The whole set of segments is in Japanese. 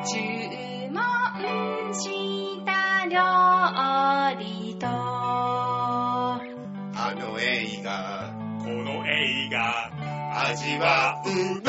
注文した料理とあの映画この映画味わうの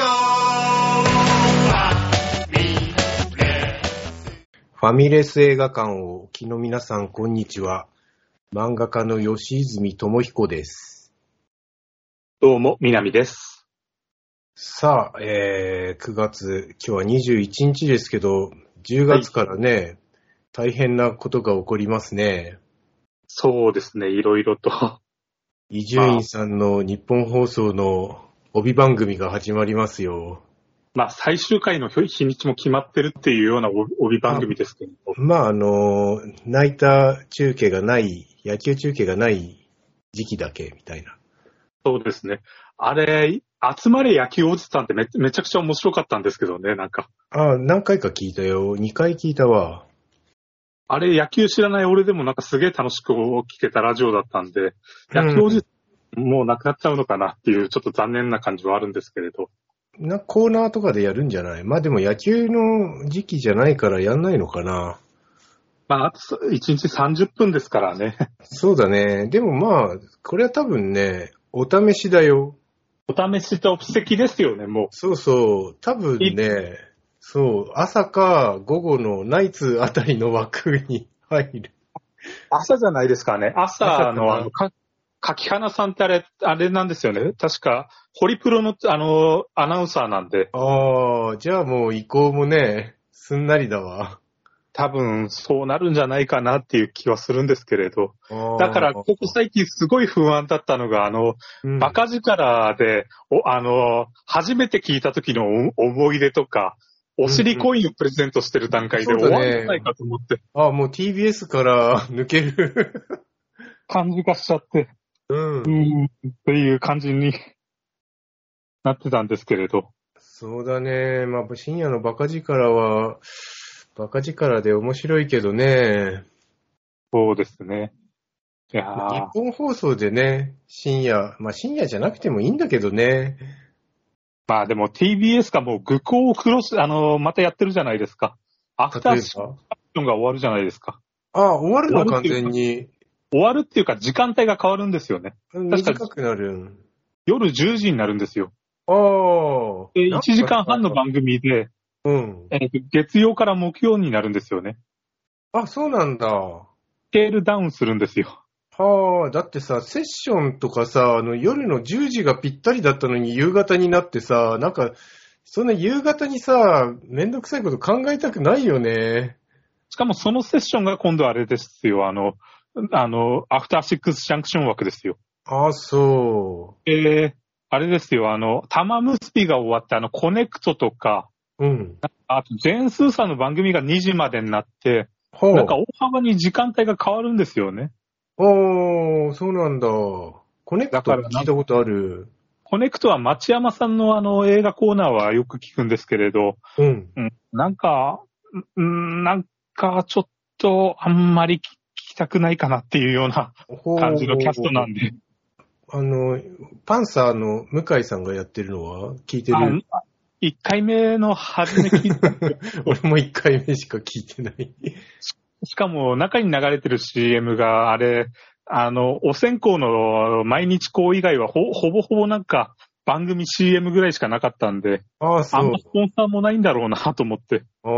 ファミレス映画館をお聞きの皆さん、こんにちは。漫画家の吉泉智彦です。 どうも、南です。 さあ、9月、今日は21日ですけど、10月からね、大変なことが起こりますね。 そうですね、いろいろと。 伊集院さんの日本放送の帯番組が始まりますよ。 まあ、最終回の日にちも決まってるっていうような帯番組ですけど。 まあ、ナイター中継がない、野球中継がない時期だけみたいな。 そうですね。あれ、集まれ野球おじさんってめちゃくちゃ面白かったんですけどね、なんか。 何回か聞いたよ。2回聞いたわ。 あれ、野球知らない俺でもなんかすげえ楽しく聞けたラジオだったんで、野球おじさんもうなくなっちゃうのかなっていうちょっと残念な感じはあるんですけれど。 コーナーとかでやるんじゃない？まあでも野球の時期じゃないからやんないのかな。 まあ、1日30分ですからね。 そうだね。でもまあ、これは多分ね、お試しだよ。 お試しと布石ですよね、もう。 そうそう。多分ね、そう、朝か午後のナイツあたりの枠に入る。 朝じゃないですかね。朝の柿花さんってあれなんですよね。確か、ホリプロのアナウンサーなんで。 ああ、じゃあもう移行もね、すんなりだわ。 多分、そうなるんじゃないかなっていう気はするんですけれど。だから、ここ最近すごい不安だったのが、バカ力で、初めて聞いた時の思い出とか、お尻コインをプレゼントしてる段階で終わるんじゃないかと思って。 ああ、もう TBS から抜ける感じがしちゃって。という感じになってたんですけれど。 そうだね。まあ、深夜のバカ力は、バカ力で面白いけどね。 そうですね。いや日本放送でね、深夜、まあ深夜じゃなくてもいいんだけどね。 まあでも TBS がもう愚行をまたやってるじゃないですか。アフターシックスジャンクションが終わるじゃないですか。 ああ、終わるの完全に。 終わるっていうか時間帯が変わるんですよね。 短くなる。 夜10時になるんですよ。 ああ。 1時間半の番組で、月曜から木曜になるんですよね。 あ、そうなんだ。 スケールダウンするんですよ。 はあ、だってさ、セッションとかさ、夜の10時がぴったりだったのに夕方になってさ、なんか、そんな夕方にさ、めんどくさいこと考えたくないよね。 しかもそのセッションが今度あれですよ、アフターシックスジャンクション枠ですよ。 ああ、そう。 あれですよ、玉結びが終わって、コネクトとか、あと、ジェーン・スーさんの番組が2時までになって、なんか大幅に時間帯が変わるんですよね。 そうなんだ。コネクト聞いたことある。 コネクトは町山さんの映画コーナーはよく聞くんですけれど、なんかちょっとあんまり聞きたくないかなっていうような感じのキャストなんで。 パンサーの向井さんがやってるのは聞いてる ？1回目の初め聞いて俺も1回目しか聞いてない。 しかも中に流れてる CM があれ、お線香の毎日香以外はほぼほぼなんか番組 CM ぐらいしかなかったんで、あんまスポンサーもないんだろうなと思って。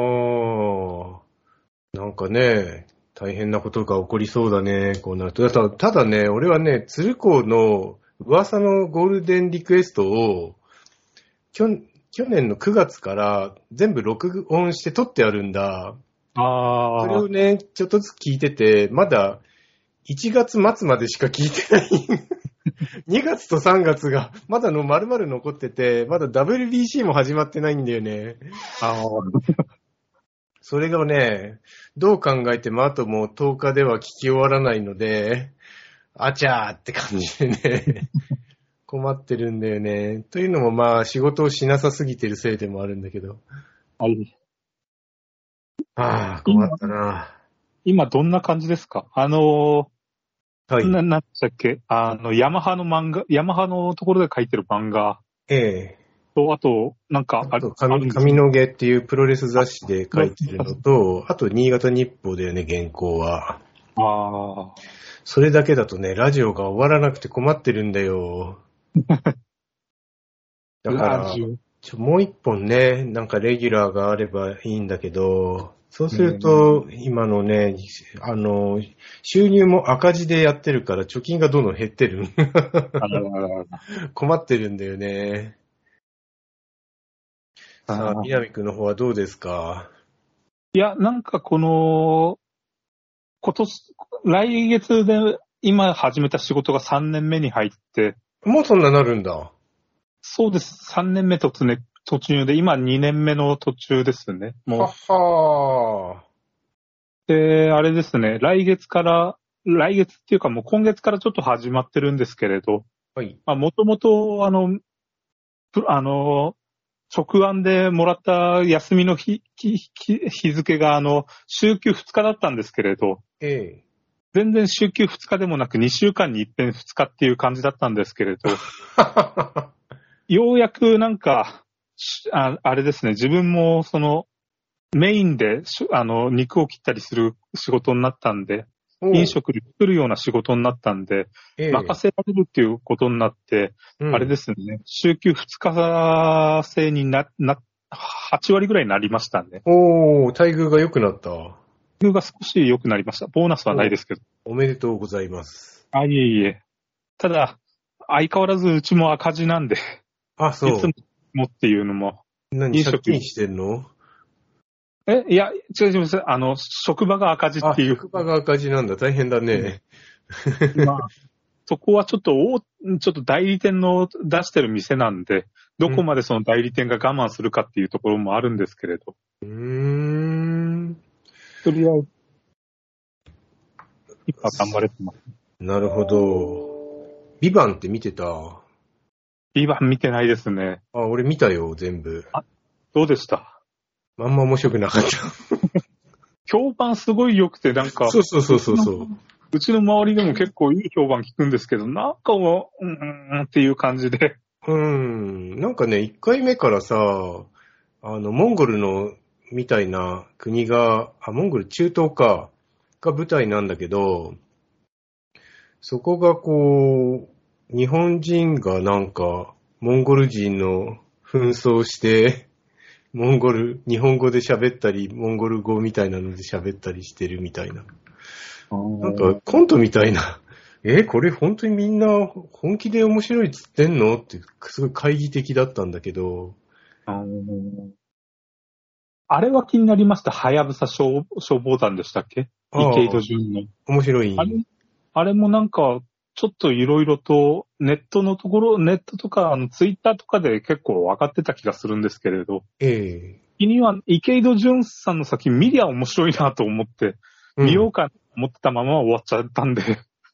なんかね、大変なことが起こりそうだね、こうなると。ただね、俺はね、鶴光の噂のゴールデンリクエストを、去年の9月から全部録音して撮ってあるんだ。それをね、ちょっとずつ聞いてて、まだ1月末までしか聞いてない。2月と3月がまだ丸々残ってて、まだ WBC も始まってないんだよね。それがね、どう考えてもあともう10日では聞き終わらないので、あちゃーって感じでね、困ってるんだよね。というのもまあ仕事をしなさすぎてるせいでもあるんだけど。困ったな。 今どんな感じですか？なんでしたっけ？ヤマハのところで書いてる漫画。 と、あと、なんかあと上野毛っていうプロレス雑誌で書いてるのと、あと新潟日報だよね、原稿は。 ああ。 それだけだとね、ラジオが終わらなくて困ってるんだよ。だから、もう一本ね、なんかレギュラーがあればいいんだけど、そうすると、今のね、収入も赤字でやってるから貯金がどんどん減ってる。困ってるんだよね。さあ、南くんの方はどうですか？ いや、なんか来月で今始めた仕事が3年目に入って。 もうそんななるんだ。 そうです。3年目途中で、今2年目の途中ですね。もう。 ははー。で、あれですね、来月っていうかもう今月からちょっと始まってるんですけれど、 はい。 まあ、もともと、直案でもらった休みの日付が週休2日だったんですけれど、全然週休2日でもなく2週間に一遍2日っていう感じだったんですけれど、ようやくなんか、あれですね、自分もメインで肉を切ったりする仕事になったんで、飲食で作るような仕事になったんで、任せられるっていうことになって、あれですね、週休2日制に8割ぐらいになりましたね。 おー、待遇が良くなった。 待遇が少し良くなりました。ボーナスはないですけど。 おめでとうございます。 いえいえ。ただ、相変わらずうちも赤字なんで。 あ、そう。 いつもっていうのも。 何、借金してんの？ いや、違います。職場が赤字っていう。 職場が赤字なんだ。大変だね。 まあ、そこはちょっと代理店の出してる店なんで、どこまでその代理店が我慢するかっていうところもあるんですけれど。とりあえず、今頑張れてます。 なるほど。ビバンって見てた？ ビバン見てないですね。 俺見たよ、全部。 どうでした？ あんま面白くなかった。 評判すごい良くて、なんか。 そう。 うちの周りでも結構いい評判聞くんですけど、なんかもう、っていう感じで。 なんかね、1回目からさ、モンゴルのみたいな国が、モンゴル中東か、が舞台なんだけど、そこが日本人がなんか、モンゴル人の紛争して、日本語で喋ったり、モンゴル語みたいなので喋ったりしてるみたいな。なんかコントみたいな。これ本当にみんな本気で面白いっつってんのって、すごい懐疑的だったんだけど。 あれは気になりました。はやぶさ消防団でしたっけ？池井戸潤の。 面白い。 あれもなんか、ちょっといろいろとネットとかツイッターとかで結構分かってた気がするんですけれど。気には池井戸潤さんの作品見りゃ面白いなと思って、見ようかと思ってたまま終わっちゃったんで。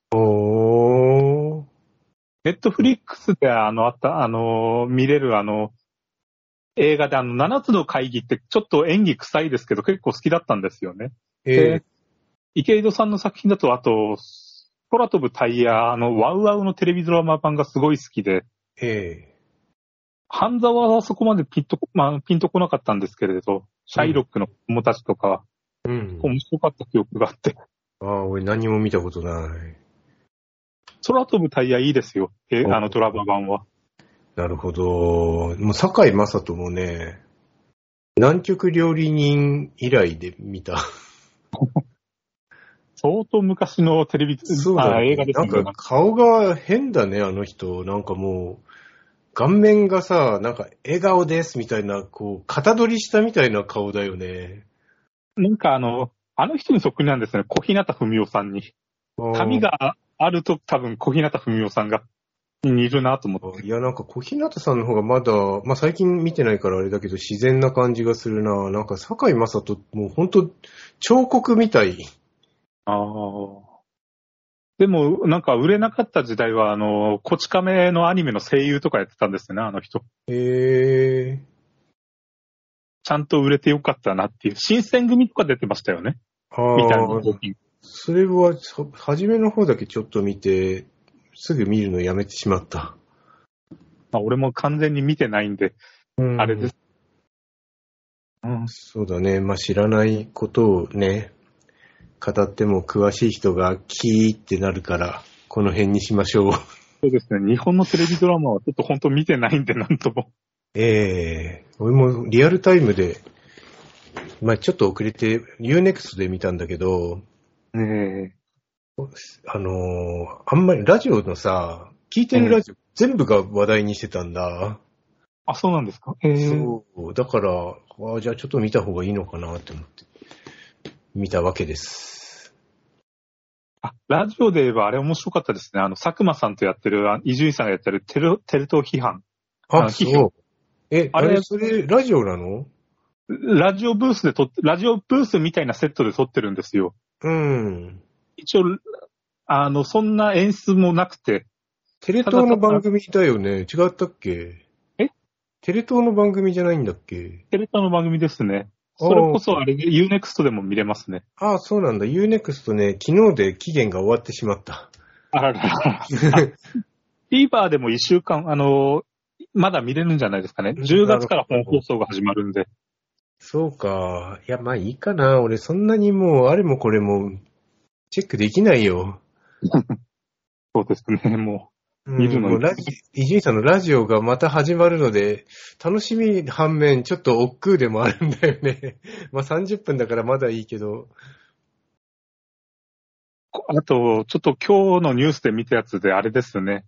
ネットフリックスで見れる映画で7つの会議ってちょっと演技臭いですけど結構好きだったんですよね。池井戸さんの作品だと、あと、空飛ぶタイヤ、ワウワウのテレビドラマ版がすごい好きで、半沢はそこまでピンとこなかったんですけれど、シャイロックの子供たちとか、面白かった記憶があって。 俺何も見たことない。 空飛ぶタイヤいいですよ、ドラマ版は。 なるほど。もう堺雅人もね、南極料理人以来で見た。 相当昔のテレビ、映画ですね。 なんか顔が変だね、あの人。なんかもう、顔面がさ、なんか笑顔ですみたいな、型取りしたみたいな顔だよね。 なんかあの人にそっくりなんですね、小日向文世さんに。髪があると多分小日向文世さんが似るなと思って。 いや、なんか小日向さんの方がまだ、最近見てないからあれだけど自然な感じがするな。なんか堺雅人、もうほんと彫刻みたい。 でも、なんか売れなかった時代は、こち亀のアニメの声優とかやってたんですよね、あの人。ちゃんと売れてよかったなっていう。新選組とか出てましたよね。みたいな時。 それは、初めの方だけちょっと見て、すぐ見るのやめてしまった。 まあ、俺も完全に見てないんで、あれです。 そうだね。まあ、知らないことをね、語っても詳しい人がキーってなるから、この辺にしましょう。 そうですね。日本のテレビドラマはちょっと本当見てないんで、なんとも。 俺もリアルタイムで、まあちょっと遅れて Unext で見たんだけど、あんまりラジオのさ、聞いてるラジオ、全部が話題にしてたんだ。 あ、そうなんですか。 そう。だから、じゃあちょっと見た方がいいのかなって思って、見たわけです。 ラジオで言えばあれ面白かったですね。佐久間さんとやってる、伊集院さんがやってるテレ東批判。 そう。あれ、それ、ラジオなの？ ラジオブースみたいなセットで撮ってるんですよ。一応、そんな演出もなくて。 テレ東の番組だよね。違ったっけ？テレ東の番組じゃないんだっけ？ テレ東の番組ですね。それこそあれで Unext でも見れますね。 ああ、そうなんだ。Unext ね、昨日で期限が終わってしまった。 あらら。TVer でも1週間、まだ見れるんじゃないですかね。10月から本放送が始まるんで。 そうか。いや、まあいいかな。俺そんなにもう、あれもこれも、チェックできないよ。 そうですね、もう。見るのに。 伊集院さんのラジオがまた始まるので、楽しみ反面、ちょっと億劫でもあるんだよね。まあ30分だからまだいいけど。 あと、ちょっと今日のニュースで見たやつであれですね。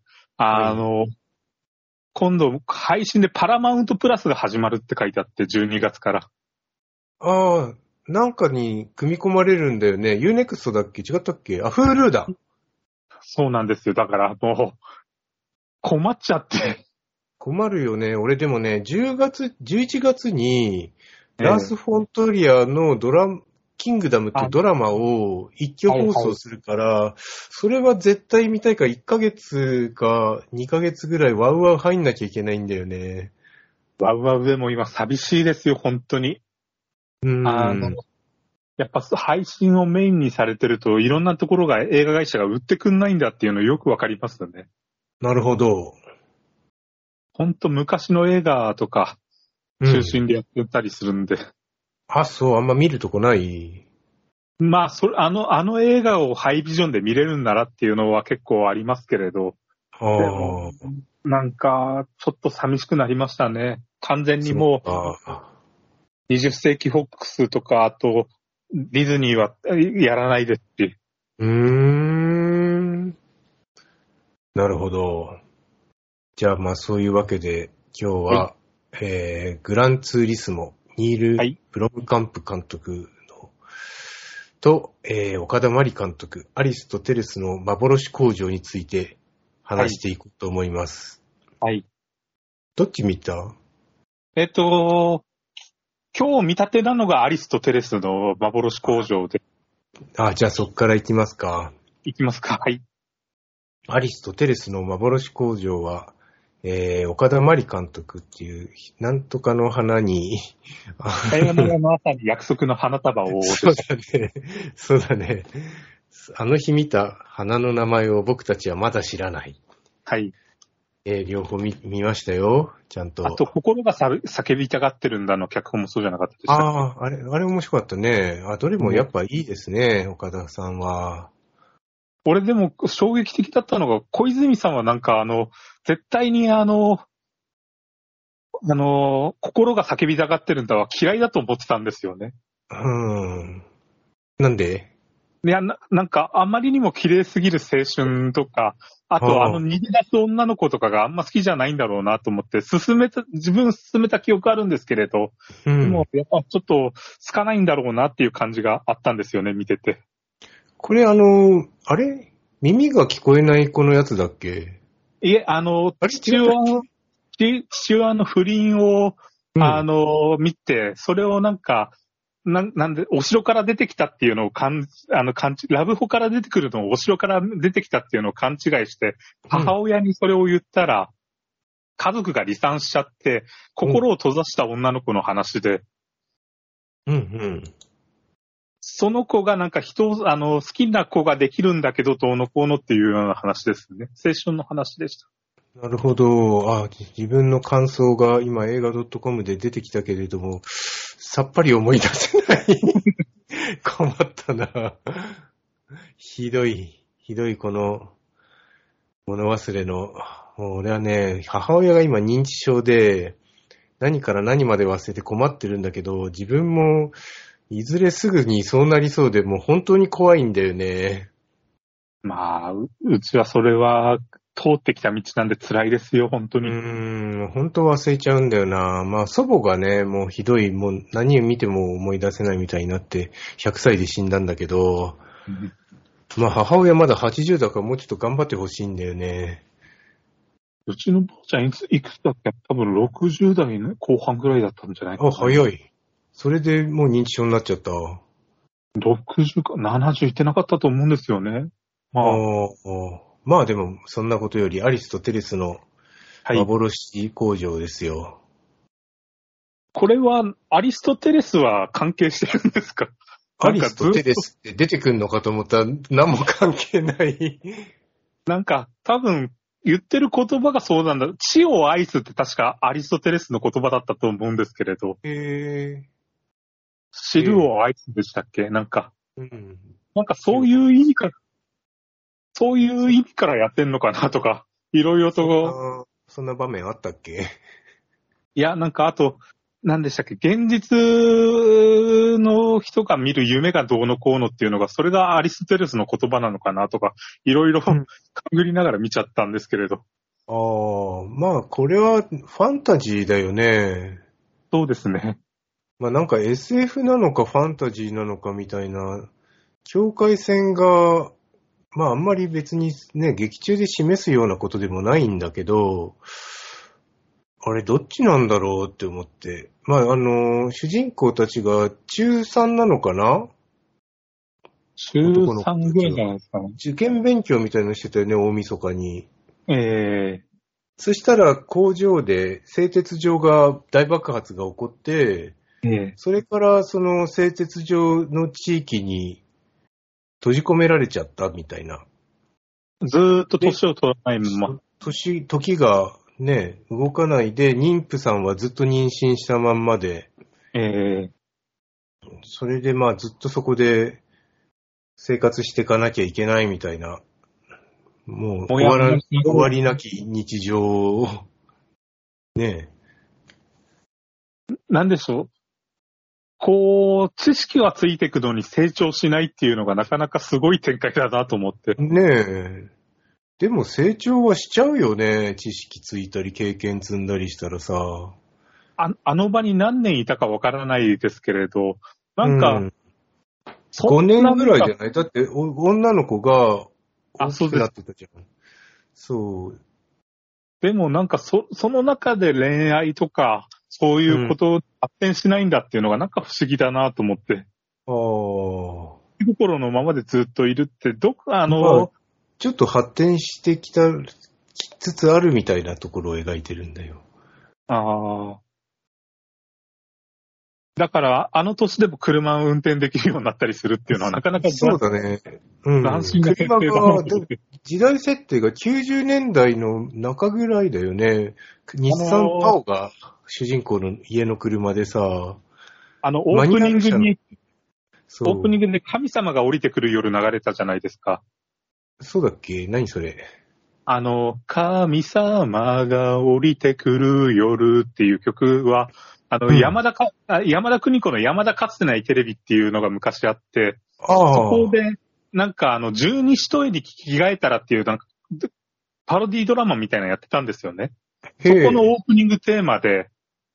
今度配信でパラマウントプラスが始まるって書いてあって、12月から。 ああ、なんかに組み込まれるんだよね。Unext だっけ？違ったっけ？Hulu だ。 そうなんですよ。だからもう、困っちゃって。 困るよね。俺でもね、11月に、ラース・フォントリアのキングダムってドラマを一挙放送するから、それは絶対見たいから1ヶ月か2ヶ月ぐらいワウワウ入んなきゃいけないんだよね。 ワウワウでも今寂しいですよ、本当に。やっぱ配信をメインにされてると、いろんなところが映画会社が売ってくんないんだっていうのよくわかりますよね。 なるほど。 ほんと昔の映画とか、中心でやってたりするんで。 そう、あんま見るとこない。 まあ、あの映画をハイビジョンで見れるんならっていうのは結構ありますけれど。でもなんか、ちょっと寂しくなりましたね。完全にもう、20世紀フォックスとか、あと、ディズニーはやらないですし。 なるほど。じゃあまあそういうわけで今日は、グランツーリスモ、ニール・ブロムカンプ監督の、と、岡田真理監督、アリスとテレスの幻工場について話していこうと思います。 はい。 どっち見た？ 今日見立てなのがアリスとテレスの幻工場で。 じゃあそっから行きますか。 行きますか。はい。 アリスとテレスの幻工場は、岡田真理監督っていう、なんとかの花に、 さよならの朝に約束の花束を。 そうだね。あの日見た花の名前を僕たちはまだ知らない。 はい。 両方見ましたよ。ちゃんと。 あと、心が叫びたがってるんだの脚本もそうじゃなかったでした。 あれ面白かったね。どれもやっぱいいですね、岡田さんは。 俺でも衝撃的だったのが、小泉さんはなんか絶対に心が叫びたがってるんだは嫌いだと思ってたんですよね。 なんで？ いや、なんかあまりにも綺麗すぎる青春とか、あと逃げ出す女の子とかがあんま好きじゃないんだろうなと思って自分進めた記憶あるんですけれど、でもやっぱちょっとつかないんだろうなっていう感じがあったんですよね、見てて。 これあれ耳が聞こえない子のやつだっけ？ いえ、父親の不倫を、見て、それをなんで、お城から出てきたっていうのをラブホから出てくるのをお城から出てきたっていうのを勘違いして、母親にそれを言ったら、家族が離散しちゃって、心を閉ざした女の子の話で、その子がなんか好きな子ができるんだけど、どうのこうのっていうような話ですね。青春の話でした。 なるほど。自分の感想が今映画 .com で出てきたけれども、さっぱり思い出せない。困ったな。ひどいこの物忘れの。もう俺はね、母親が今認知症で、何から何まで忘れて困ってるんだけど、自分もいずれすぐにそうなりそうで、もう本当に怖いんだよね。 まあ、うちはそれは通ってきた道なんで辛いですよ、本当に。 本当忘れちゃうんだよな。まあ祖母がね、もうひどい、もう何を見ても思い出せないみたいになって、100歳で死んだんだけど、まあ母親まだ80だからもうちょっと頑張ってほしいんだよね。 うちの坊ちゃんいくつだっけ？多分60代の後半ぐらいだったんじゃないかな。 早い。それでもう認知症になっちゃった。 60か、70いってなかったと思うんですよね。 まあでも、そんなことよりアリスとテレスの幻工場ですよ。 はい、これは、アリスとテレスは関係してるんですか？ アリスとテレスって出てくるのかと思ったら何も関係ない。 なんか、多分、言ってる言葉がそうなんだ。地を愛すって確かアリストテレスの言葉だったと思うんですけれど。知るを愛すでしたっけ？なんか、なんかそういう意味からやってんのかなとか、いろいろと。 そんな場面あったっけ？ いや、なんかあと、何でしたっけ？現実の人が見る夢がどうのこうのっていうのが、それがアリストテレスの言葉なのかなとか、いろいろ勘ぐりながら見ちゃったんですけれど。 まあこれはファンタジーだよね。 そうですね。 まあなんか SF なのかファンタジーなのかみたいな境界線が、まああんまり別にね、劇中で示すようなことでもないんだけど、あれどっちなんだろうって思って。まあ主人公たちが中3なのかな？ 中3ぐらいじゃないですかね。 受験勉強みたいなのしてたよね、大晦日に。そしたら工場で製鉄所が大爆発が起こって、それからその製鉄所の地域に閉じ込められちゃったみたいな。 ずーっと年を取らないまま。 時がね、動かないで、妊婦さんはずっと妊娠したまんまで、それでまあずっとそこで生活していかなきゃいけないみたいな、もう終わりなき日常を、ねえ。なんでしょう？こう、知識はついていくのに成長しないっていうのがなかなかすごい展開だなと思って。 ねえ。でも成長はしちゃうよね。知識ついたり経験積んだりしたらさ。 あの場に何年いたかわからないですけれど、なんか、 5年ぐらいじゃない？だって女の子が大きくなってたじゃん。そう。 でもなんかその中で恋愛とか、そういうことを発展しないんだっていうのがなんか不思議だなと思って。心のままでずっといるって、 ちょっと発展してきつつあるみたいなところを描いてるんだよ。 だから、あの年でも車を運転できるようになったりするっていうのはなかなかそうだね。斬新な設定だな。時代設定が90年代の中ぐらいだよね。日産パオが主人公の家の車でさ、 オープニングで神様が降りてくる夜流れたじゃないですか。 そうだっけ？何それ？ 神様が降りてくる夜っていう曲は、山田邦子の山田かつてないテレビっていうのが昔あって、そこで、なんか十二使徒に着替えたらっていう、なんか、パロディドラマみたいなのやってたんですよね。そこのオープニングテーマで、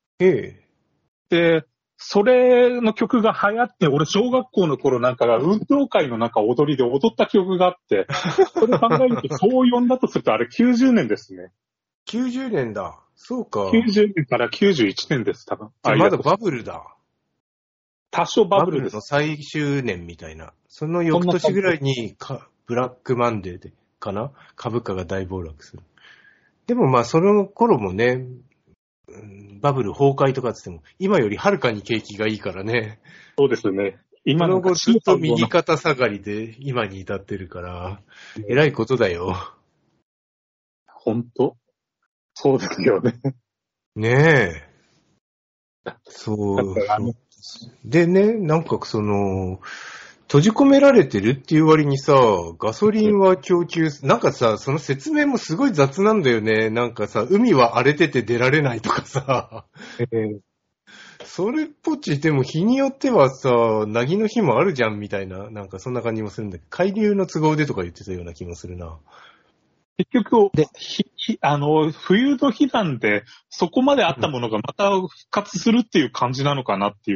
で、それの曲が流行って、俺小学校の頃なんかが運動会のなんか踊りで踊った記憶があって、それ考えるとそう呼んだとするとあれ90年ですね。 90年だ。そうか。 90年から91年です、多分。 まだバブルだ。 多少バブルです。 バブルの最終年みたいな。その翌年ぐらいにブラックマンデーでかな？株価が大暴落する。でもまあその頃もね、バブル崩壊とかつっても、今よりはるかに景気がいいからね。 そうですね。 今の後ずっと右肩下がりで今に至ってるから、偉いことだよ。 ほんと。 そうですよね。 ねえ。そう。でね、なんか閉じ込められてるっていう割にさ、ガソリンは供給、なんかさ、その説明もすごい雑なんだよね。なんかさ、海は荒れてて出られないとかさ。それっぽっちでも日によってはさ、なぎの日もあるじゃんみたいな、なんかそんな感じもするんだけど、海流の都合でとか言ってたような気もするな。 結局、冬の日なんで、そこまであったものがまた復活するっていう感じなのかなっていう。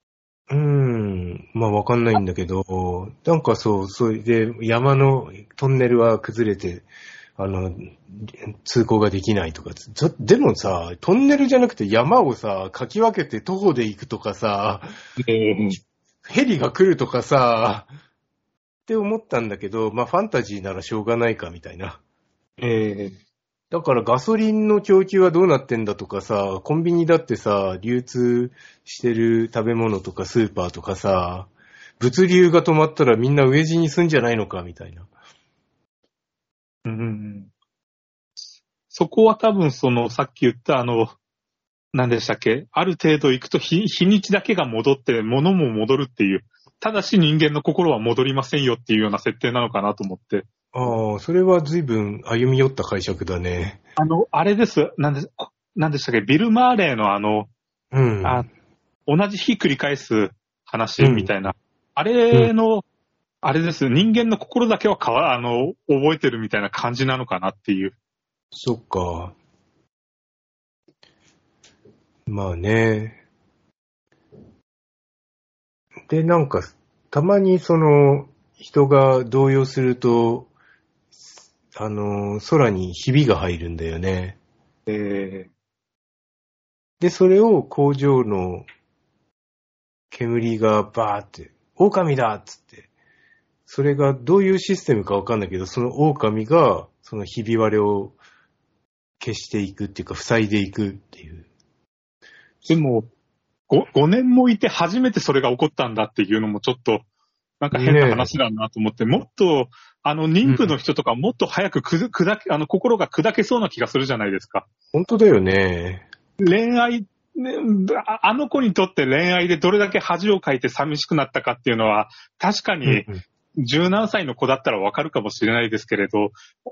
まあわかんないんだけど、なんかそれで山のトンネルは崩れて、通行ができないとか。でもさ、トンネルじゃなくて山をさ、かき分けて徒歩で行くとかさ、ヘリが来るとかさ、って思ったんだけど、まあファンタジーならしょうがないかみたいな。だからガソリンの供給はどうなってんだとかさ、コンビニだってさ、流通してる食べ物とかスーパーとかさ、物流が止まったらみんな飢え死にすんじゃないのかみたいな。 そこは多分さっき言った何でしたっけ？ある程度行くと日にちだけが戻って、物も戻るっていう。ただし人間の心は戻りませんよっていうような設定なのかなと思って。 ああ、それは随分歩み寄った解釈だね。 あれです。何でしたっけ？ビル・マーレーの同じ日繰り返す話みたいな。あれの、あれです。人間の心だけは覚えてるみたいな感じなのかなっていう。 そっか。まあね。で、なんか、たまに人が動揺すると、空にひびが入るんだよね。で、それを工場の煙がバーって、狼だっつって、それがどういうシステムかわかんないけど、その狼が、そのひび割れを消していくっていうか、塞いでいくっていう。 でも、5年もいて初めてそれが起こったんだっていうのもちょっと、なんか変な話だなと思って、もっと、妊婦の人とかもっと早く心が砕けそうな気がするじゃないですか。 本当だよね。 恋愛、あの子にとって恋愛でどれだけ恥をかいて寂しくなったかっていうのは、確かに、十何歳の子だったらわかるかもしれないですけれど、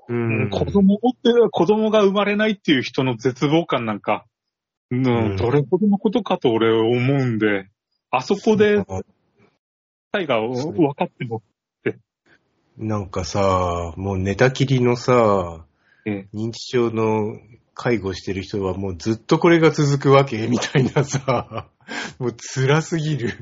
子供が生まれないっていう人の絶望感なんか、どれほどのことかと俺思うんで、あそこで、が分かってもって。 なんかさ、もう寝たきりのさ、認知症の介護してる人はもうずっとこれが続くわけみたいなさ、もう辛すぎる。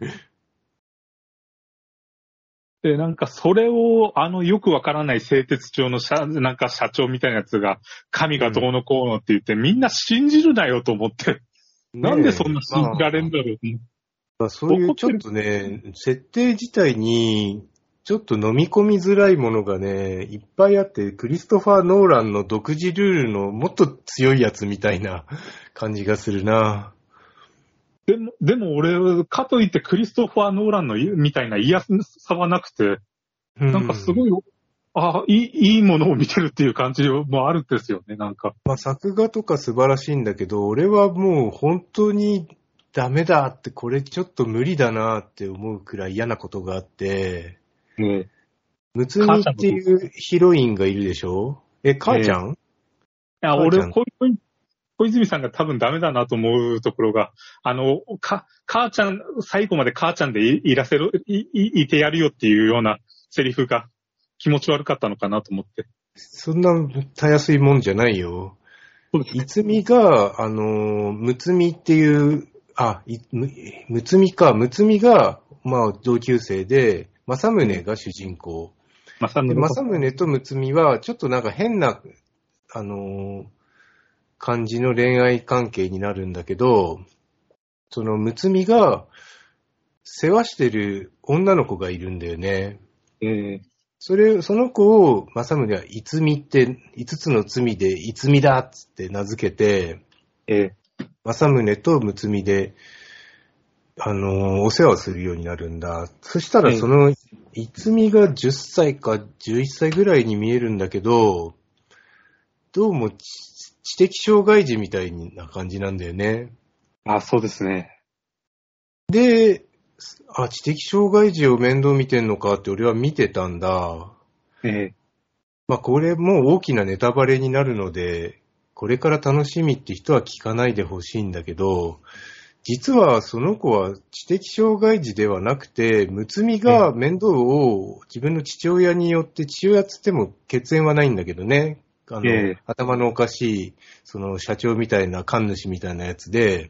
で、なんかそれを、よくわからない製鉄庁のなんか社長みたいなやつが、神がどうのこうのって言って、みんな信じるなよと思って。なんでそんな信じられんだろう、 そういうちょっとね、設定自体に、ちょっと飲み込みづらいものがね、いっぱいあって、クリストファー・ノーランの独自ルールのもっと強いやつみたいな感じがするな。 でも俺、かといってクリストファー・ノーランのみたいな嫌さはなくて、なんかすごい、いいものを見てるっていう感じもあるんですよね、なんか。 まあ、作画とか素晴らしいんだけど、俺はもう本当にダメだって、これちょっと無理だなって思うくらい嫌なことがあって、むつみっていうヒロインがいるでしょ？母ちゃん？ いや、俺、小泉さんが多分ダメだなと思うところが、母ちゃん、最後まで母ちゃんでいてやるよっていうようなセリフが気持ち悪かったのかなと思って。 そんなたやすいもんじゃないよ。いつみが、むつみっていう、むつみが、まあ、同級生で、正宗が主人公。正宗とむつみは、ちょっとなんか変な、感じの恋愛関係になるんだけど、そのむつみが世話してる女の子がいるんだよね。その子を正宗はいつみって5つの罪でいつみだっつって名付けて、正宗とむつみでお世話をするようになるんだ。そしたらそのいつみが10歳か11歳ぐらいに見えるんだけど、どうも知的障害児みたいな感じなんだよね。 あ、そうですね。 で、知的障害児を面倒見てんのかって俺は見てたんだ。まあこれも大きなネタバレになるので、これから楽しみって人は聞かないでほしいんだけど、実はその子は知的障害児ではなくて、むつみが面倒を自分の父親によって、父親っつっても血縁はないんだけどね、頭のおかしい、その社長みたいな神主みたいなやつで、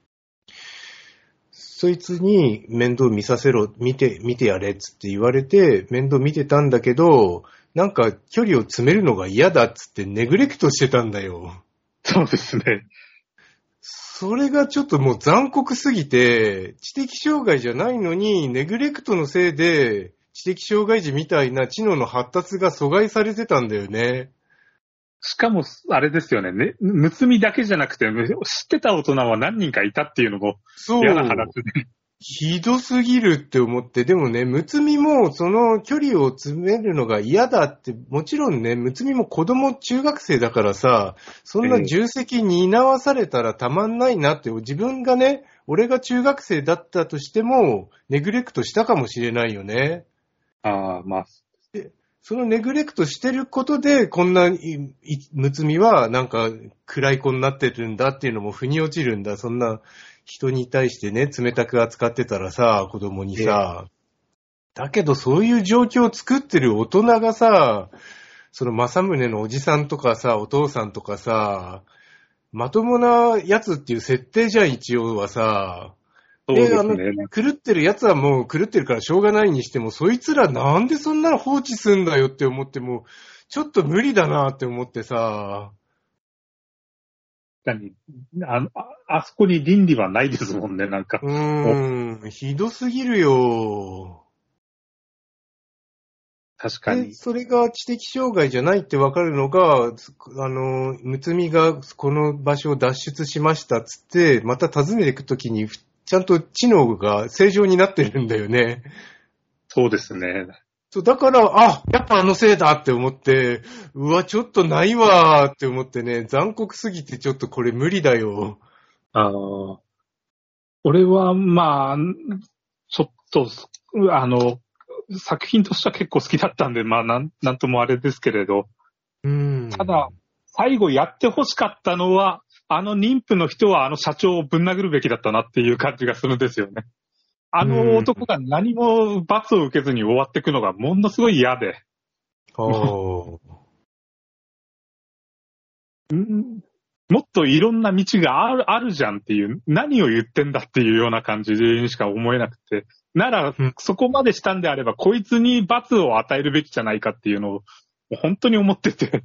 そいつに面倒見させろ、見てやれっつって言われて、面倒見てたんだけど、なんか距離を詰めるのが嫌だっつってネグレクトしてたんだよ。 そうですね。 それがちょっともう残酷すぎて、知的障害じゃないのに、ネグレクトのせいで、知的障害児みたいな知能の発達が阻害されてたんだよね。 しかも、あれですよね。むつみだけじゃなくて、知ってた大人は何人かいたっていうのも嫌な話で。 ひどすぎるって思って、でもね、むつみもその距離を詰めるのが嫌だって、もちろんね、むつみも子供中学生だからさ、そんな重責担わされたらたまんないなって、自分がね、俺が中学生だったとしても、ネグレクトしたかもしれないよね。 ああ、まあ。 で、そのネグレクトしてることで、こんなむつみはなんか暗い子になってるんだっていうのも腑に落ちるんだ。そんな人に対してね、冷たく扱ってたらさ、子供にさ。だけどそういう状況を作ってる大人がさ、その政宗のおじさんとかさ、お父さんとかさ、まともなやつっていう設定じゃん、一応はさ。 そうですね。 狂ってるやつはもう狂ってるからしょうがないにしても、そいつらなんでそんなの放置すんだよって思っても、ちょっと無理だなって思ってさ。 あそこに倫理はないですもんね、なんか。 ひどすぎるよ。 確かに。 それが知的障害じゃないってわかるのが、むつみがこの場所を脱出しましたっつって、また訪ねていくときに、ちゃんと知能が正常になってるんだよね。 そうですね。 そう、だから、やっぱあのせいだって思って、うわ、ちょっとないわーって思ってね、残酷すぎてちょっとこれ無理だよ。 俺は、まあ、ちょっと、作品としては結構好きだったんで、まあ、なんともあれですけれど。ただ、最後やって欲しかったのは、妊婦の人は社長をぶん殴るべきだったなっていう感じがするんですよね。男が何も罰を受けずに終わっていくのがものすごい嫌で。もっといろんな道があるじゃんっていう、何を言ってんだっていうような感じにしか思えなくて。なら、そこまでしたんであれば、こいつに罰を与えるべきじゃないかっていうのを、本当に思ってて。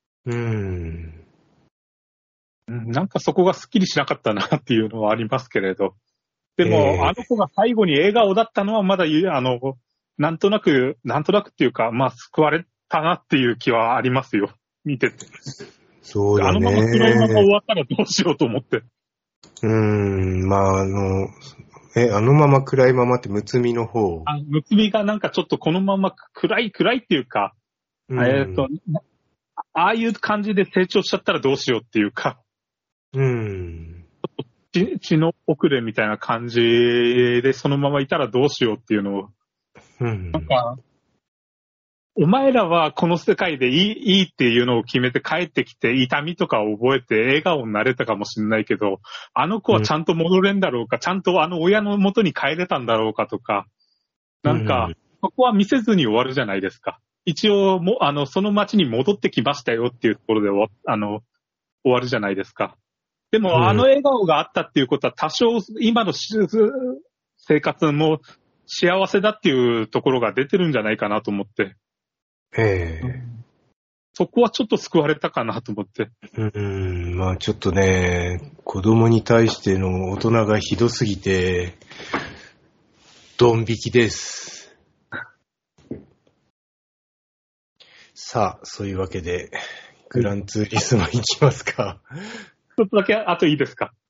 なんかそこがスッキリしなかったなっていうのはありますけれど。でも、あの子が最後に笑顔だったのはまだなんとなくっていうか、まあ、救われたなっていう気はありますよ。見てて。 そうだね。 あのまま暗いまま終わったらどうしようと思って。 まあ、あのまま暗いままってむつみの方。 むつみがなんかちょっとこのまま暗いっていうか、ああいう感じで成長しちゃったらどうしようっていうか。血の遅れみたいな感じでそのままいたらどうしようっていうのを。なんか、お前らはこの世界でいいっていうのを決めて帰ってきて痛みとかを覚えて笑顔になれたかもしれないけど、あの子はちゃんと戻れんだろうか、ちゃんと親の元に帰れたんだろうかとか、なんか、そこは見せずに終わるじゃないですか。一応その町に戻ってきましたよっていうところで終わるじゃないですか。でも、笑顔があったっていうことは多少今の生活も幸せだっていうところが出てるんじゃないかなと思って。そこはちょっと救われたかなと思って。 まあちょっとね、子供に対しての大人がひどすぎて、ドン引きです。さあ、そういうわけで、グランツーリスモ行きますか。 一つだけ、あといいですか。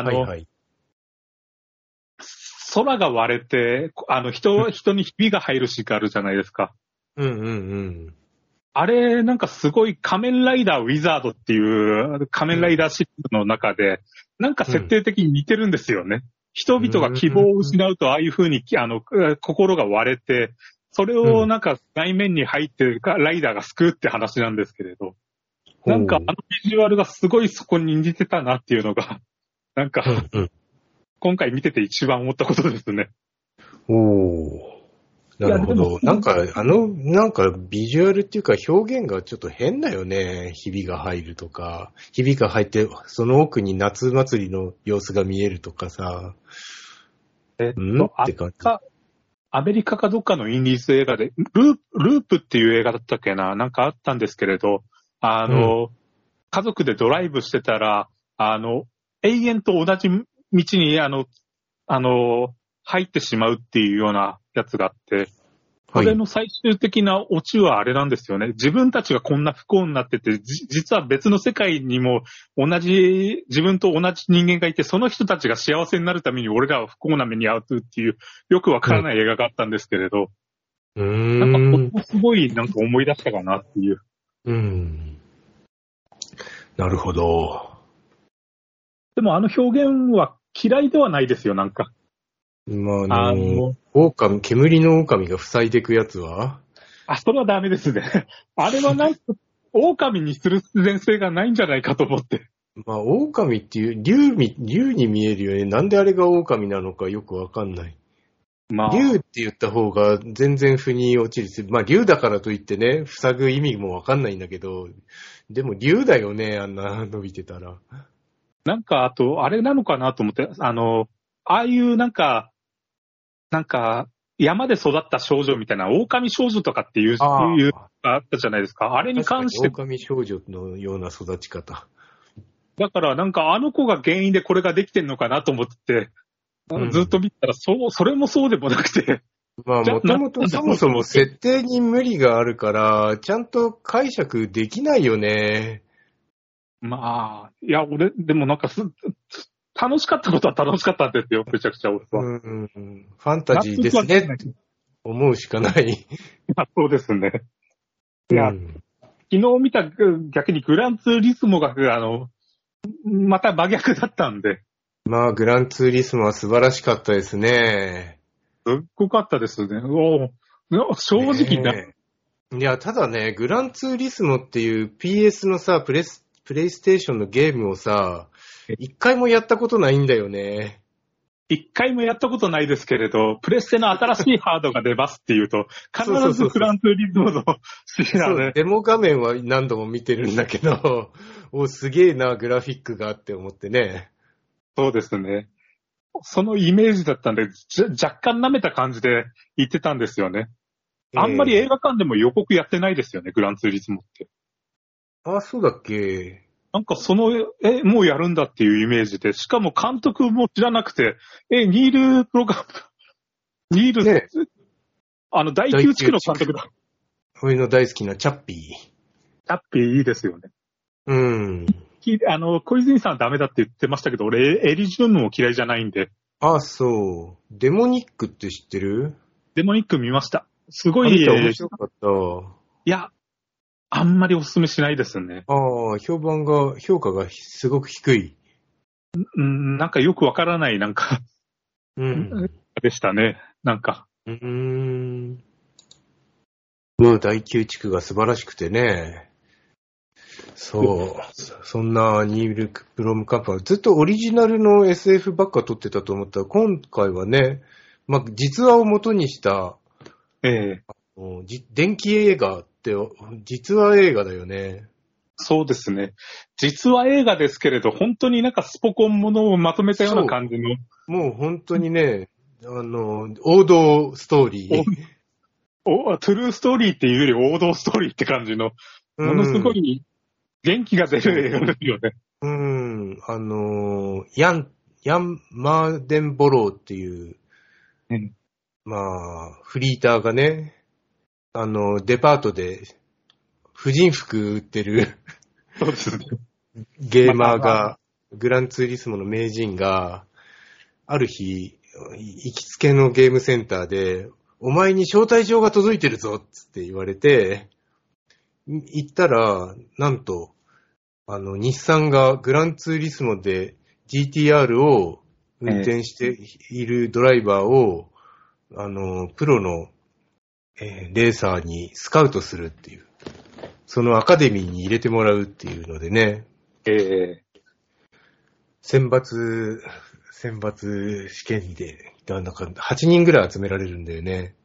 空が割れて、人にひびが入るシーンがあるじゃないですか。 あれ、なんかすごい仮面ライダーウィザードっていう仮面ライダーシリーズの中で、なんか設定的に似てるんですよね。人々が希望を失うと、ああいう風に、心が割れて、それをなんか内面に入ってライダーが救うって話なんですけれど、なんかあのビジュアルがすごいそこに似てたなっていうのが、なんか、今回見てて一番思ったことですね。 なるほど。なんかビジュアルっていうか表現がちょっと変だよね。ひびが入るとか、ひびが入って、その奥に夏祭りの様子が見えるとかさ。って感じ。 アメリカかどっかのインディーズ映画で、ループっていう映画だったっけな、なんかあったんですけれど、家族でドライブしてたら、永遠と同じ道に、入ってしまうっていうようなやつがあって、これの最終的なオチはあれなんですよね。自分たちがこんな不幸になってて、実は別の世界にも自分と同じ人間がいて、その人たちが幸せになるために俺らは不幸な目に遭うっていう、よくわからない映画があったんですけれど、なんかここすごいなんか思い出したかなっていう。 なるほど。 でもあの表現は嫌いではないですよ、なんか。 煙の狼が塞いでいくやつはそれはダメですね。あれはなんか、狼にする必然性がないんじゃないかと思って。 狼っていう、竜に見えるよね。なんであれが狼なのかよくわかんない。竜って言った方が全然腑に落ちる。竜だからといってね、塞ぐ意味もわかんないんだけど、でも竜だよね、あんな伸びてたら。 なんか、あと、あれなのかなと思って、ああいうなんか、山で育った少女みたいな、狼少女とかっていうがあったじゃないですか。あれに関して。 狼少女のような育ち方。 だからなんかあの子が原因でこれができてんのかなと思って、ずっと見たら、それもそうでもなくて。 もともとそもそも設定に無理があるから、ちゃんと解釈できないよね。 いや、でもなんか楽しかったことは楽しかったんですよ、めちゃくちゃ俺は。 ファンタジーですね。思うしかない。 そうですね。いや、昨日見た逆にグランツーリスモが、また真逆だったんで。 グランツーリスモは素晴らしかったですね。 すっごかったですね。正直ね。 いや、ただね、グランツーリスモっていう PS のさ、プレイステーションのゲームをさ、一回もやったことないんだよね。 一回もやったことないですけれど、プレステの新しいハードが出ますっていうと、必ずグランツーリスモの好きなね。 デモ画面は何度も見てるんだけど、すげえな、グラフィックがって思ってね。 そうですね。そのイメージだったんで、若干舐めた感じで言ってたんですよね。あんまり映画館でも予告やってないですよね、グランツーリスモって。 そうだっけ。 なんかもうやるんだっていうイメージで、しかも監督も知らなくて、ニール・プロガム、ね、大宮地区の監督だ。 俺の大好きなチャッピー。 チャッピーいいですよね。小泉さんはダメだって言ってましたけど、俺、エリジュンも嫌いじゃないんで。 そう。デモニックって知ってる？ デモニック見ました。すごい、 面白かった。 いや、あんまりお勧めしないですね。 評価がすごく低い。 なんかよくわからない、なんか、でしたね、なんか。 大宮地区が素晴らしくてね。そんなニール・ブロムカンパーはずっとオリジナルの SF ばっか撮ってたと思ったら、今回はね、実話を元にした、電気映画って実話映画だよね。 そうですね。実話映画ですけれど、本当になんかスポコンものをまとめたような感じの。 もう本当にね、王道ストーリー。 トゥルーストーリーっていうより王道ストーリーって感じの、ものすごい元気が出る映画ですよね。 ヤン・マーデンボローっていう、フリーターがね、デパートで、婦人服売ってるそうですね。 ゲーマーが、グランツーリスモの名人が、ある日、行きつけのゲームセンターで、お前に招待状が届いてるぞっつって言われて、 行ったら、なんと、日産がグランツーリスモで GTR を運転しているドライバーを、プロの、レーサーにスカウトするっていう。そのアカデミーに入れてもらうっていうのでね。選抜試験で、なんか8人ぐらい集められるんだよね。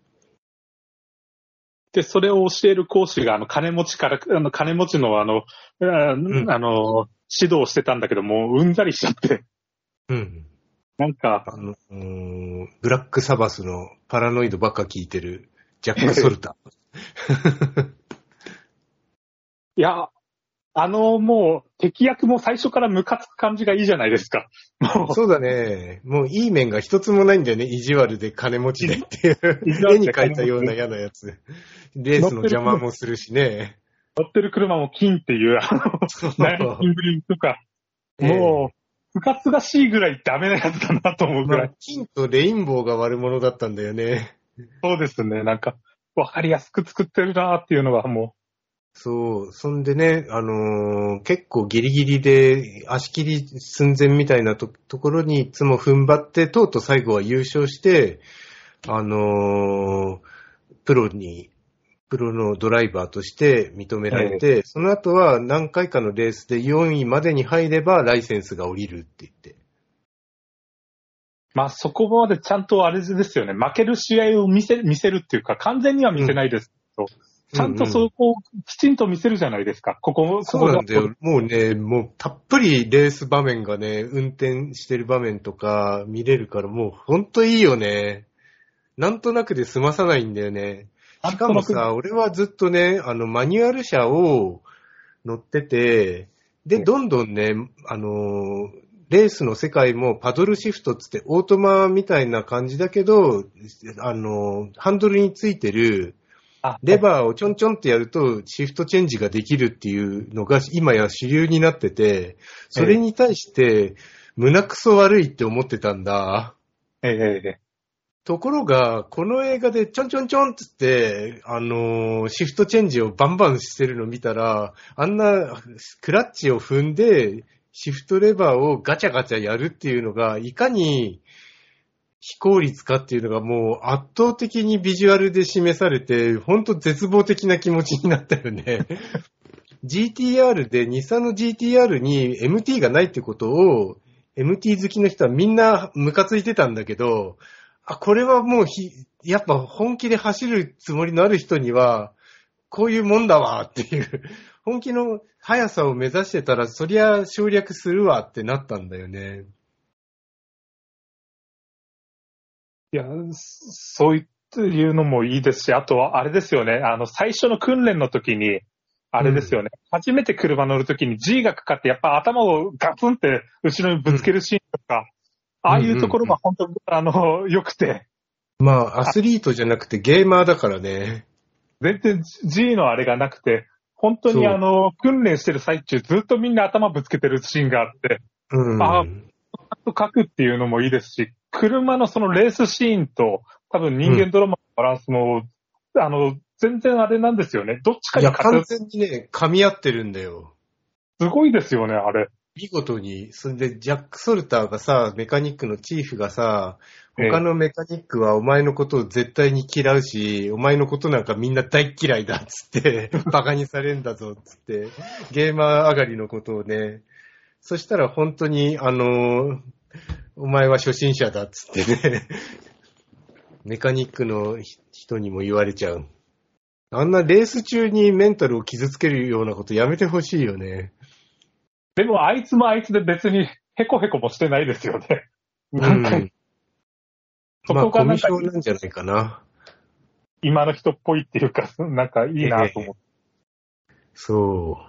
で、それを教える講師が、金持ちの指導してたんだけど、もううんざりしちゃって。 うん。 なんか、 ブラックサバスのパラノイドばっか聞いてるジャック・ソルタ。 いや、もう、敵役も最初からムカつく感じがいいじゃないですか。 そうだね。もういい面が一つもないんだよね。意地悪で金持ちでっていう。絵に描いたような嫌なやつ。レースの邪魔もするしね。 乗ってる車も金っていう、ナインブリンとか、もう、ムカつがしいぐらいダメなやつだなと思うぐらい。 金とレインボーが悪者だったんだよね。 そうですね。なんか、わかりやすく作ってるなっていうのがもう。 そう。そんでね、結構ギリギリで足切り寸前みたいなところにいつも踏ん張って、とうとう最後は優勝して、プロのドライバーとして認められて、その後は何回かのレースで4位までに入ればライセンスが降りるって言って。 まあそこまでちゃんとあれですよね。負ける試合を見せるっていうか、完全には見せないですけど、ちゃんとそこをきちんと見せるじゃないですか。 そうなんだよ。もうね、もうたっぷりレース場面がね、運転してる場面とか見れるから、もうほんといいよね。なんとなくで済まさないんだよね。しかもさ、俺はずっとね、マニュアル車を乗ってて、で、どんどんね、レースの世界もパドルシフトつってオートマみたいな感じだけど、ハンドルについてるレバーをちょんちょんってやるとシフトチェンジができるっていうのが今や主流になってて、それに対して胸くそ悪いって思ってたんだ。ところが、この映画でちょんちょんちょんってって、シフトチェンジをバンバンしてるの見たら、あんなクラッチを踏んで、シフトレバーをガチャガチャやるっていうのが、いかに非効率かっていうのがもう圧倒的にビジュアルで示されて、ほんと絶望的な気持ちになったよね。GTR で、日産の GTR に MT がないってことを、MT 好きの人はみんなムカついてたんだけど、これはもうやっぱ本気で走るつもりのある人には、こういうもんだわっていう、本気の速さを目指してたら、そりゃ省略するわってなったんだよね。 いや、そういうのもいいですし、あとはあれですよね、最初の訓練の時に、あれですよね、初めて車乗る時に G がかかってやっぱ頭をガツンって後ろにぶつけるシーンとか、ああいうところが本当に良くて。 まあ、アスリートじゃなくてゲーマーだからね。 全然 G のあれがなくて、本当に訓練してる最中ずっとみんな頭ぶつけてるシーンがあって、書くっていうのもいいですし、車のそのレースシーンと多分人間ドラマのバランスも、全然あれなんですよね。どっちかに完全にね、噛み合ってるんだよ。 すごいですよね、あれ。 見事に。それで、ジャック・ソルターがさ、メカニックのチーフがさ、他のメカニックはお前のことを絶対に嫌うし、お前のことなんかみんな大嫌いだっつって、バカにされんだぞっつって、ゲーマー上がりのことをね、そしたら本当に、お前は初心者だっつってね、メカニックの人にも言われちゃう。あんなレース中にメンタルを傷つけるようなことやめてほしいよね。 でもあいつもあいつで別にヘコヘコもしてないですよね。なんか、 そこがなんか、コミュ障なんじゃないかな。 今の人っぽいっていうか、なんかいいなと思って。 そう。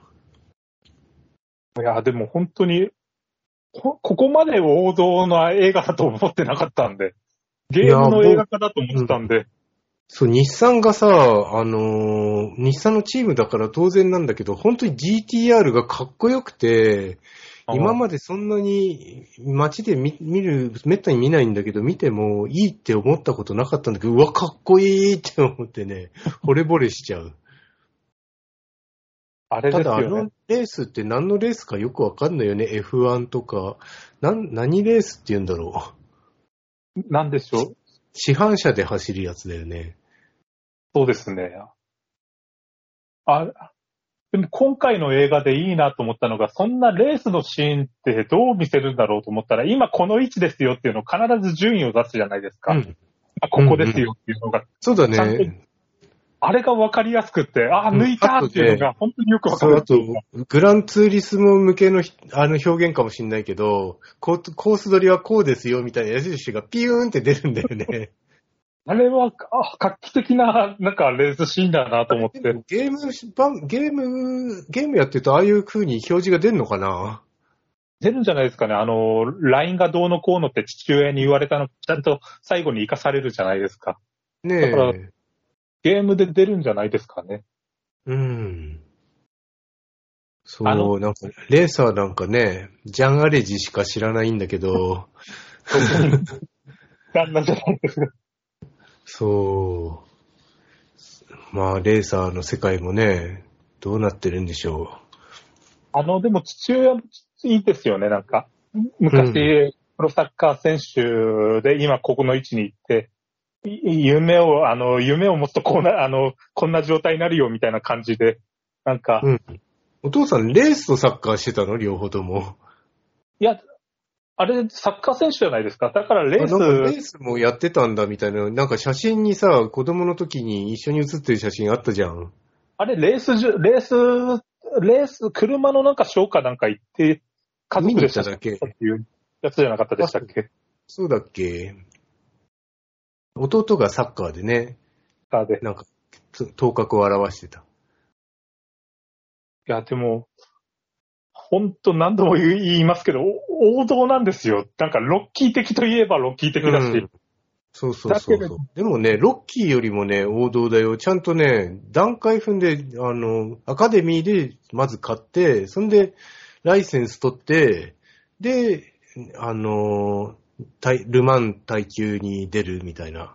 いや、でも本当に、ここまで王道の映画だと思ってなかったんで、ゲームの映画化だと思ってたんで。 そう、日産がさ、日産のチームだから当然なんだけど、本当に GTR がかっこよくて、今までそんなに街で見る、めったに見ないんだけど、見てもいいって思ったことなかったんだけど、うわ、かっこいいって思ってね、惚れ惚れしちゃう。 あれですよね。 ただレースって何のレースかよくわかんないよね。F1 とか。何レースって言うんだろう。なんでしょう。 市販車で走るやつだよね。 そうですね。でも今回の映画でいいなと思ったのが、そんなレースのシーンってどう見せるんだろうと思ったら、今この位置ですよっていうのを必ず順位を出すじゃないですか。ここですよっていうのが。 そうだね。 あれが分かりやすくって、抜いたっていうのが本当によく分かる。 あと、グランツーリスモ向けの表現かもしれないけど、コース取りはこうですよみたいな矢印がピューンって出るんだよね。 あれは、画期的な、なんかレースシーンだなと思って。 ゲームやってるとああいう風に表示が出るのかな？ 出るんじゃないですかね。LINE がどうのこうのって父親に言われたの、ちゃんと最後に活かされるじゃないですか。 ねえ。 だからゲームで出るんじゃないですかね。 そう、なんか、レーサーなんかね、ジャン・アレジしか知らないんだけど。 旦那じゃないですか。 そう。まあ、レーサーの世界もね、どうなってるんでしょう。でも父親もいいですよね、なんか。昔、プロサッカー選手で今ここの位置に行って、夢をもっとこんな状態になるよみたいな感じで、なんか。 お父さん、レースとサッカーしてたの？両方とも。 いや、あれ、サッカー選手じゃないですか。だからレースもやってたんだみたいな、なんか写真にさ、子供の時に一緒に写ってる写真あったじゃん。 あれ、レース、車のなんかショーかなんか行って、家族で写真撮ったっていうやつじゃなかったでしたっけ？ そうだっけ？弟がサッカーでね、なんか、頭角を現してた。 いや、でも、本当何度も言いますけど、王道なんですよ。なんか、ロッキー的といえばロッキー的だし。 そう。でもね、ロッキーよりもね、王道だよ。ちゃんとね、段階踏んで、アカデミーでまず買って、そんで、ライセンス取って、で、ルマン耐久に出るみたいな。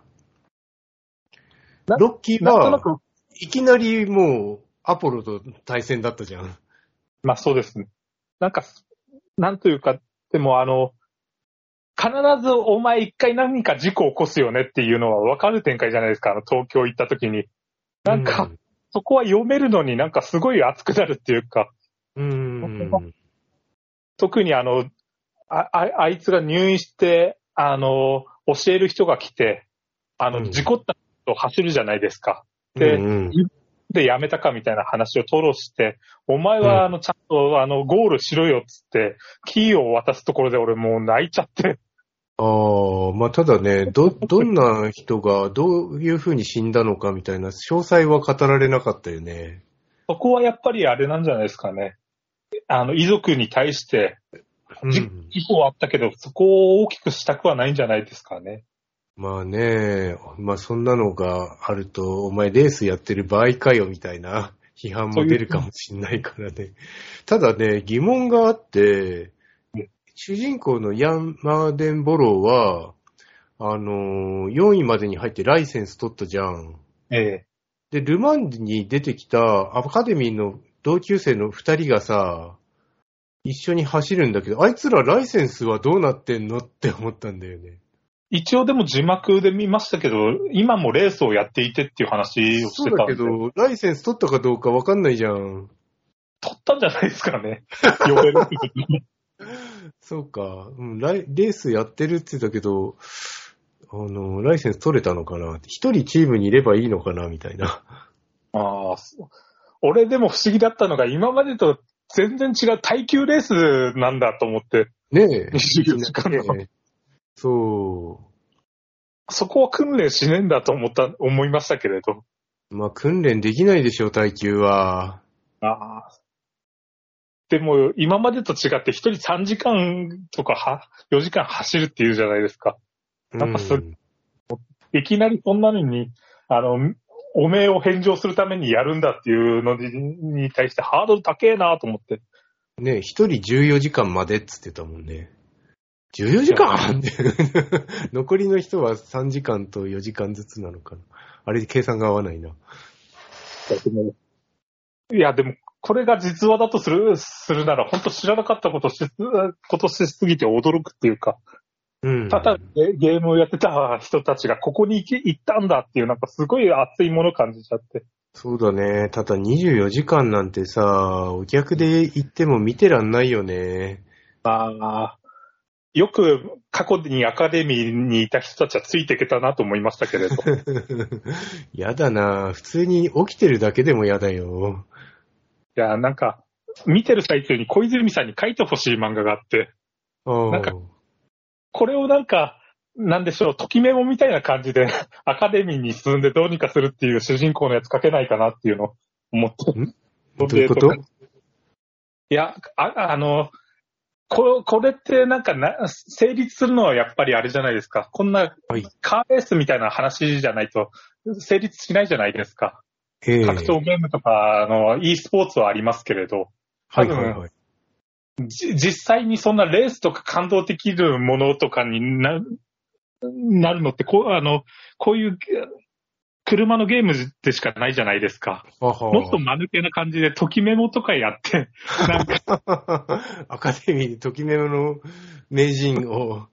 ロッキーは、いきなりもう、アポロと対戦だったじゃん。 まあそうですね。なんか、なんというか、でも必ずお前一回何か事故を起こすよねっていうのは分かる展開じゃないですか。東京行った時に。なんか、そこは読めるのになんかすごい熱くなるっていうか。特にあいつが入院して、教える人が来て、事故ったと走るじゃないですか。で、でやめたかみたいな話を吐露して、お前はちゃんとゴールしろよっつって、キーを渡すところで俺もう泣いちゃって。 まあ、ただね、どんな人がどういう風に死んだのかみたいな詳細は語られなかったよね。 そこはやっぱりあれなんじゃないですかね。遺族に対して、事故はあったけど、そこを大きくしたくはないんじゃないですかね。 まあね、まあそんなのがあると、お前レースやってる場合かよみたいな批判も出るかもしれないからね。ただね、疑問があって、主人公のヤン・マーデンボローは、4位までに入ってライセンス取ったじゃん。で、ルマンに出てきたアカデミーの同級生の2人がさ、一緒に走るんだけど、あいつらライセンスはどうなってんのって思ったんだよね。 一応でも字幕で見ましたけど、今もレースをやっていてっていう話をしてたんで。 そうだけど、ライセンス取ったかどうかわかんないじゃん。 取ったんじゃないですかね。呼べるってことに。 そうか、レースやってるって言ったけど、ライセンス取れたのかな？一人チームにいればいいのかなみたいな。 俺でも不思議だったのが、今までと全然違う耐久レースなんだと思って。 ねえ。 24時間の。 そう。 そこは訓練しねえんだと思いましたけれど。 まあ訓練できないでしょ、耐久は。 でも今までと違って一人3時間とか4時間走るっていうじゃないですか。やっぱいきなりそんなのに、お名を返上するためにやるんだっていうのに対してハードル高えなと思って。 ねえ、一人14時間までっつってたもんね。14時間って残りの人は3時間と4時間ずつなのかな。あれ計算が合わないな。 いや、でもこれが実話だとするなら、本当知らなかったことしすぎて驚くっていうか、 うん。 ただゲームをやってた人たちがここに行ったんだっていう、なんかすごい熱いもの感じちゃって。 そうだね。ただ24時間なんてさ、お客で行っても見てらんないよね。 よく過去にアカデミーにいた人たちはついていけたなと思いましたけれど。 やだな。普通に起きてるだけでもやだよ。 いや、なんか、見てる最中に小泉さんに書いてほしい漫画があって、なんか、これをなんか、なんでしょう、ときメモみたいな感じでアカデミーに進んでどうにかするっていう主人公のやつ書けないかなっていうのを思って。 どういうこと？ いや、これってなんか成立するのはやっぱりあれじゃないですか。こんなカーレースみたいな話じゃないと成立しないじゃないですか。格闘ゲームとかe スポーツはありますけれど、多分、実際にそんなレースとか感動できるものとかになるのってこういう車のゲームでしかないじゃないですか。もっと間抜けな感じでときメモとかやって、なんかアカデミーでときメモの名人を、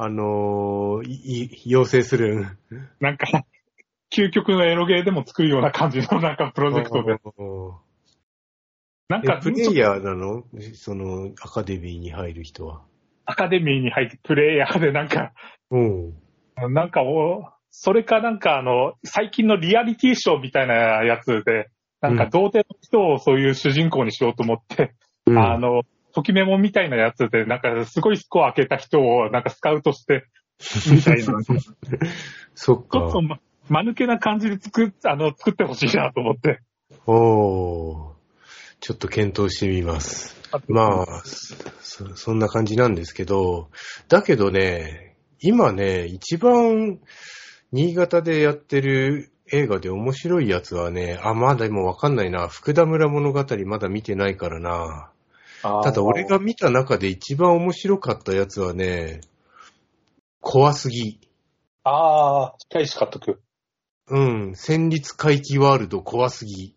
養成する。 なんか、究極のエロゲーでも作るような感じのなんかプロジェクトで。 なんかプレイヤーなの？そのアカデミーに入る人は。 アカデミーに入ってプレイヤーでなんか、なんかそれかなんか最近のリアリティショーみたいなやつで、なんか童貞の人をそういう主人公にしようと思って、ときメモみたいなやつで、なんかすごいスコア開けた人をなんかスカウトして、みたいな。 そっか。 ちょっと間抜けな感じで作ってほしいなと思って。 ちょっと検討してみます。まあ、そんな感じなんですけど、だけどね、今ね、一番新潟でやってる映画で面白いやつはね、まだもうわかんないな。福田村物語まだ見てないからな。ただ俺が見た中で一番面白かったやつはね、怖すぎ。 大志監督。 戦慄回帰ワールド怖すぎ。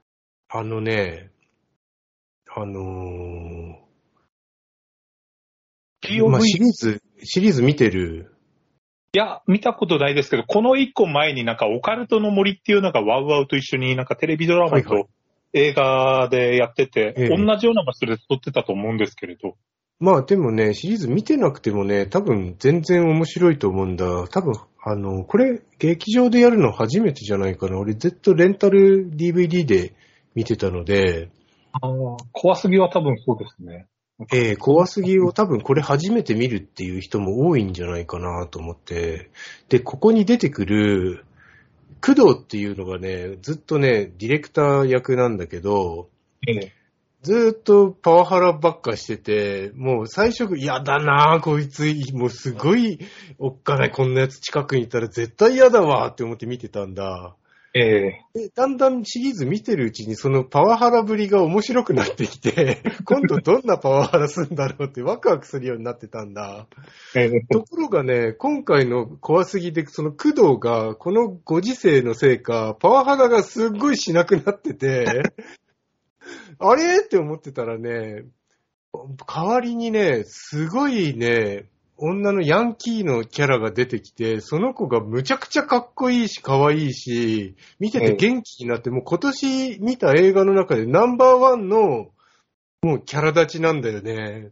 シリーズ見てる？ いや、見たことないですけど、この一個前になんかオカルトの森っていうのがワウワウと一緒になんかテレビドラマと映画でやってて、同じような場所で撮ってたと思うんですけれど。 まあでもね、シリーズ見てなくてもね、多分全然面白いと思うんだ。多分、これ劇場でやるの初めてじゃないかな。俺ずっとレンタル DVD で見てたので。 怖すぎは多分そうですね。 怖すぎを多分これ初めて見るっていう人も多いんじゃないかなと思って。で、ここに出てくる工藤っていうのがね、ずっとね、ディレクター役なんだけど、ずっとパワハラばっかしてて、もう最初、嫌だなぁ、こいつ、もうすごいおっかない、こんなやつ近くにいたら絶対嫌だわって思って見てたんだ。でだんだんシリーズ見てるうちにそのパワハラぶりが面白くなってきて、今度どんなパワハラするんだろうってワクワクするようになってたんだ。ところがね、今回の怖すぎで、その工藤がこのご時世のせいか、パワハラがすっごいしなくなってて、あれって思ってたらね、代わりにね、すごいね、女のヤンキーのキャラが出てきて、その子がむちゃくちゃかっこいいし、可愛いし、見てて元気になって、もう今年見た映画の中でナンバーワンの、もうキャラ立ちなんだよね。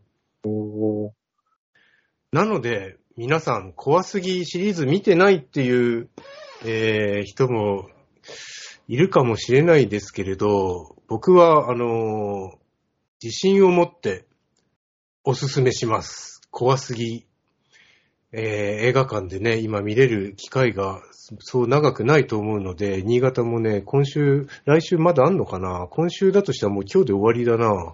なので、皆さん、怖すぎシリーズ見てないっていう、人もいるかもしれないですけれど、僕は、自信を持っておすすめします。怖すぎ。映画館でね、今見れる機会がそう長くないと思うので、新潟もね、来週まだあんのかな？今週だとしたらもう今日で終わりだな。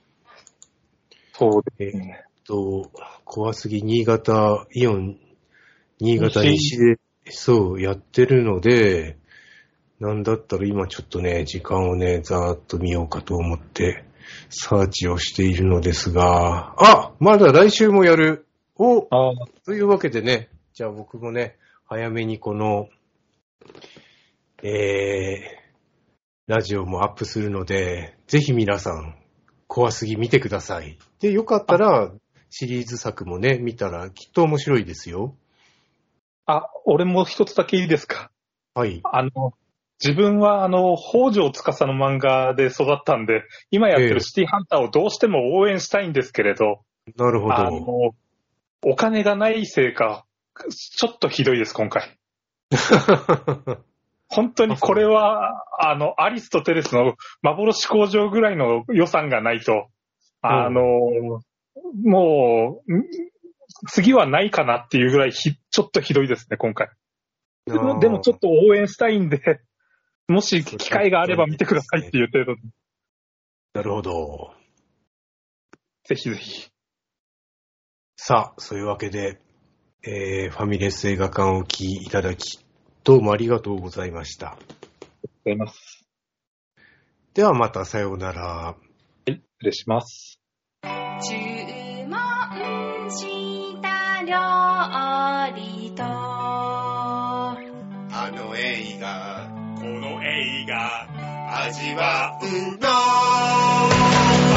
そうですね。 怖すぎ新潟イオン、新潟西で、そうやってるので、なんだったら今ちょっとね、時間をね、ざーっと見ようかと思って、サーチをしているのですが、まだ来週もやる。というわけでね、じゃあ僕もね、早めにこの、 ラジオもアップするので、ぜひ皆さん、怖すぎ見てください。で、よかったら、シリーズ作もね、見たらきっと面白いですよ。 俺も一つだけいいですか？ はい。 自分は北条司の漫画で育ったんで、今やってるシティハンターをどうしても応援したいんですけれど、 なるほど。 お金がないせいか、ちょっとひどいです、今回。本当にこれは、アリスとテレスの幻工場ぐらいの予算がないと、もう、次はないかなっていうぐらいちょっとひどいですね、今回。でもちょっと応援したいんで、もし機会があれば見てくださいっていう程度で。 なるほど。 ぜひぜひ。 さあ、そういうわけで、ファミレス映画館をお聞きいただき、どうもありがとうございました。 ありがとうございます。 ではまたさようなら。 はい、失礼します。 注文した料理とあの映画、この映画、味わうの